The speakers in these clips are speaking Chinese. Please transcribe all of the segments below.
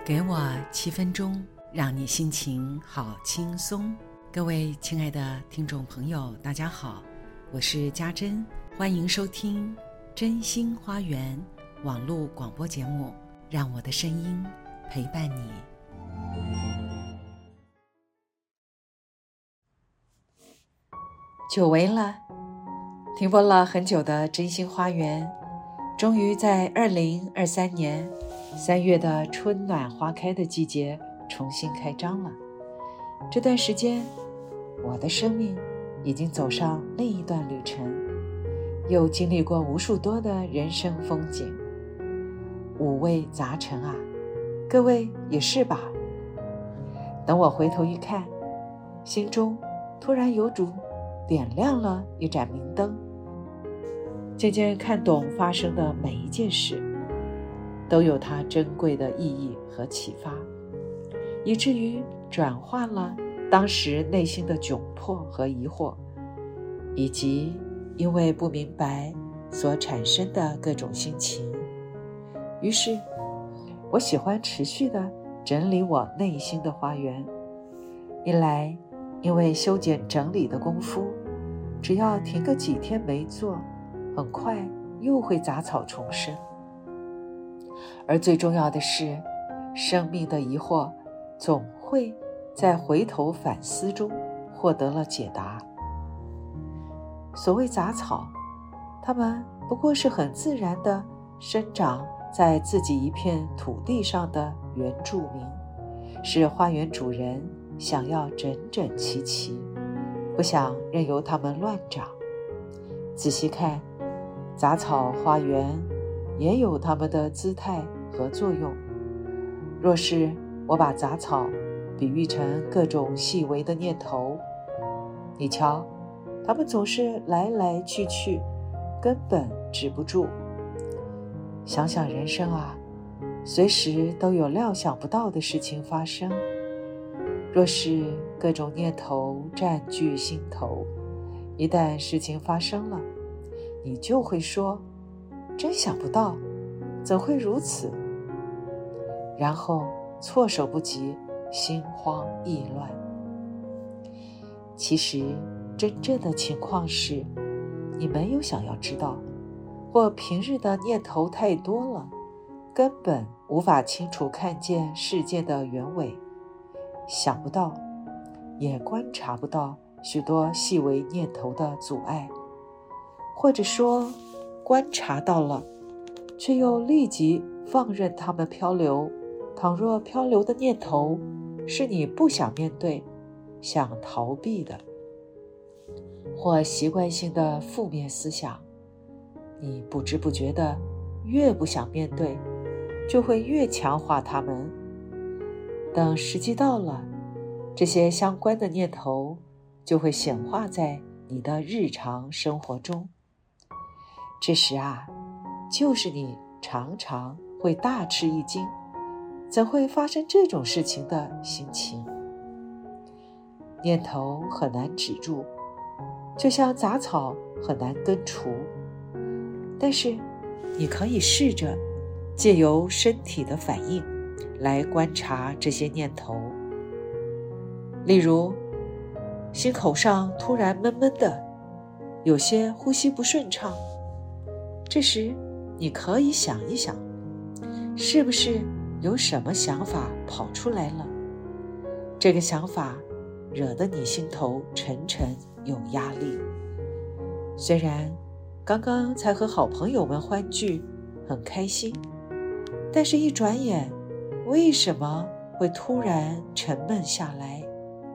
给我7分钟，让你心情好轻松。各位亲爱的听众朋友，大家好，我是家珍，欢迎收听真心花园网络广播节目，让我的声音陪伴你。久违了，停播了很久的真心花园，终于在2023年3月的春暖花开的季节重新开张了。这段时间，我的生命已经走上另一段旅程，又经历过无数多的人生风景，五味杂陈啊，各位也是吧？等我回头一看，心中突然有主点亮了一盏明灯，渐渐看懂发生的每一件事都有它珍贵的意义和启发，以至于转化了当时内心的窘迫和疑惑，以及因为不明白所产生的各种心情。于是我喜欢持续地整理我内心的花园，一来因为修剪整理的功夫只要停个几天没做，很快又会杂草丛生，而最重要的是，生命的疑惑总会在回头反思中获得了解答。所谓杂草，它们不过是很自然地生长在自己一片土地上的原住民，是花园主人想要整整齐齐，不想任由它们乱长。仔细看，杂草花园也有它们的姿态和作用。若是我把杂草比喻成各种细微的念头，你瞧，它们总是来来去去，根本止不住。想想人生啊，随时都有料想不到的事情发生。若是各种念头占据心头，一旦事情发生了，你就会说，真想不到，怎会如此？然后措手不及，心慌意乱。其实真正的情况是，你没有想要知道，或平日的念头太多了，根本无法清楚看见事件的原委，想不到，也观察不到许多细微念头的阻碍，或者说观察到了，却又立即放任它们漂流。倘若漂流的念头是你不想面对、想逃避的，或习惯性的负面思想，你不知不觉的越不想面对，就会越强化它们。等时机到了，这些相关的念头就会显化在你的日常生活中。这时啊，就是你常常会大吃一惊，怎会发生这种事情的心情。念头很难止住，就像杂草很难根除，但是你可以试着借由身体的反应来观察这些念头。例如，心口上突然闷闷的，有些呼吸不顺畅，这时你可以想一想，是不是有什么想法跑出来了？这个想法惹得你心头沉沉有压力。虽然刚刚才和好朋友们欢聚，很开心，但是一转眼，为什么会突然沉闷下来？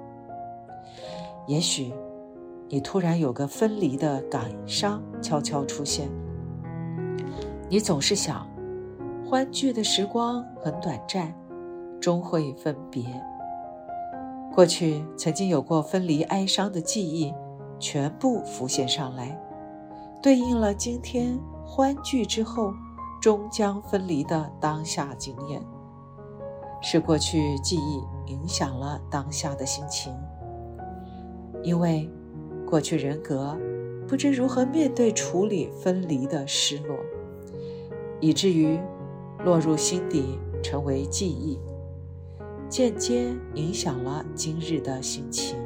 也许你突然有个分离的感伤悄悄出现。你总是想，欢聚的时光很短暂，终会分别。过去曾经有过分离哀伤的记忆，全部浮现上来，对应了今天欢聚之后终将分离的当下经验。是过去记忆影响了当下的心情，因为过去人格不知如何面对处理分离的失落，以至于落入心底，成为记忆， 间接影响了今日的心情。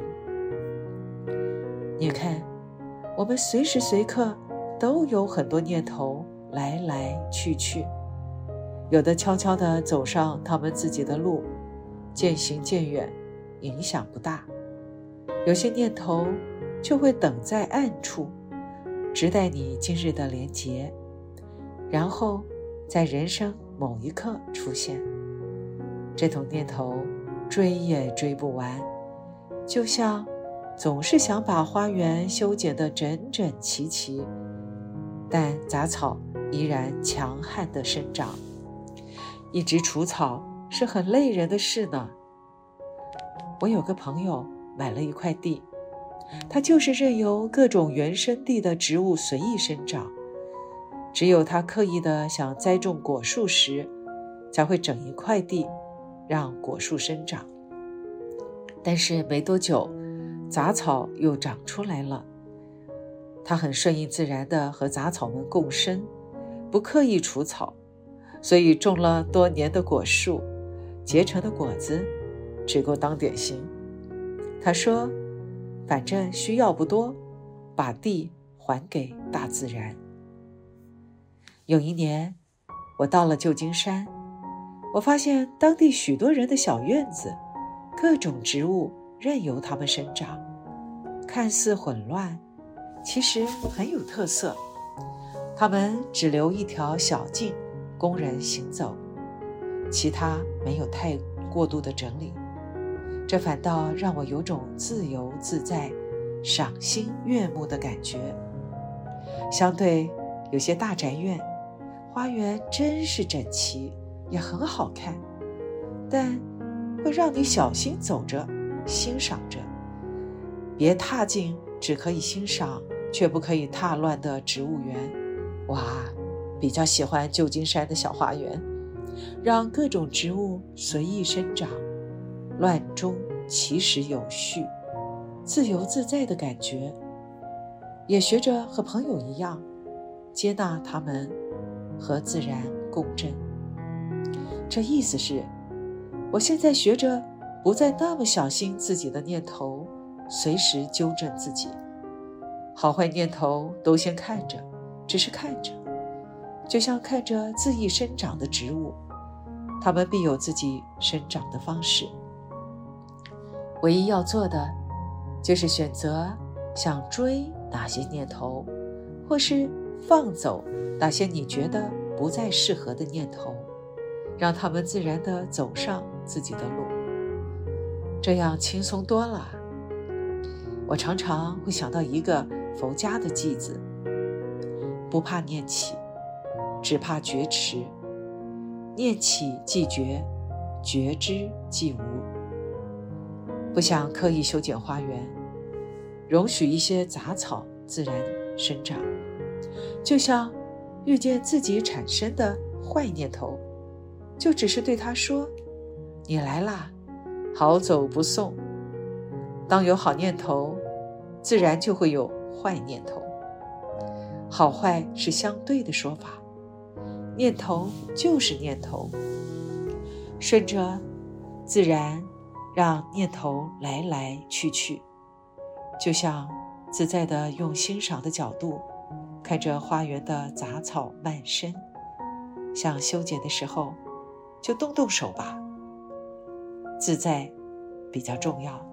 你看，我们随时随刻都有很多念头来来去去，有的悄悄地走上他们自己的路，渐行渐远，影响不大；有些念头就会等在暗处，只待你今日的连结，然后在人生某一刻出现。这种念头追也追不完，就像总是想把花园修剪得整整齐齐，但杂草依然强悍地生长。一直除草是很累人的事呢。我有个朋友买了一块地，他就是任由各种原生地的植物随意生长，只有他刻意的想栽种果树时，才会整一块地让果树生长。但是没多久，杂草又长出来了。他很顺应自然地和杂草们共生，不刻意除草，所以种了多年的果树，结成的果子只够当点心。他说，反正需要不多，把地还给大自然。有一年，我到了旧金山，我发现当地许多人的小院子，各种植物任由它们生长，看似混乱，其实很有特色。它们只留一条小径供人行走，其他没有太过度的整理，这反倒让我有种自由自在、赏心悦目的感觉。相对有些大宅院，花园真是整齐，也很好看，但会让你小心走着，欣赏着，别踏进只可以欣赏却不可以踏乱的植物园。哇，比较喜欢旧金山的小花园，让各种植物随意生长，乱中其实有序，自由自在的感觉。也学着和朋友一样，接纳他们，和自然共振。这意思是，我现在学着不再那么小心自己的念头，随时纠正自己。好坏念头都先看着，只是看着，就像看着恣意生长的植物，它们必有自己生长的方式。唯一要做的，就是选择想追哪些念头，或是放走哪些你觉得不再适合的念头，让它们自然地走上自己的路，这样轻松多了。我常常会想到一个佛家的偈子：不怕念起，只怕觉迟。念起即觉，觉知即无。不想刻意修剪花园，容许一些杂草自然生长，就像遇见自己产生的坏念头，就只是对他说：你来啦，好走不送。当有好念头，自然就会有坏念头。好坏是相对的说法，念头就是念头，顺着自然让念头来来去去，就像自在地用欣赏的角度看着花园的杂草漫生。想修剪的时候就动动手吧，自在比较重要。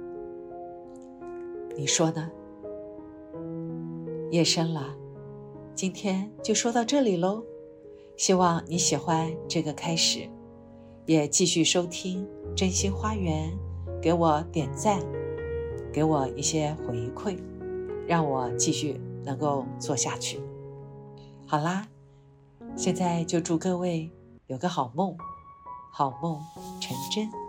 你说呢？夜深了，今天就说到这里咯，希望你喜欢这个开始，也继续收听真心花园，给我点赞，给我一些回馈，让我继续能够做下去。好啦，现在就祝各位有个好梦，好梦成真。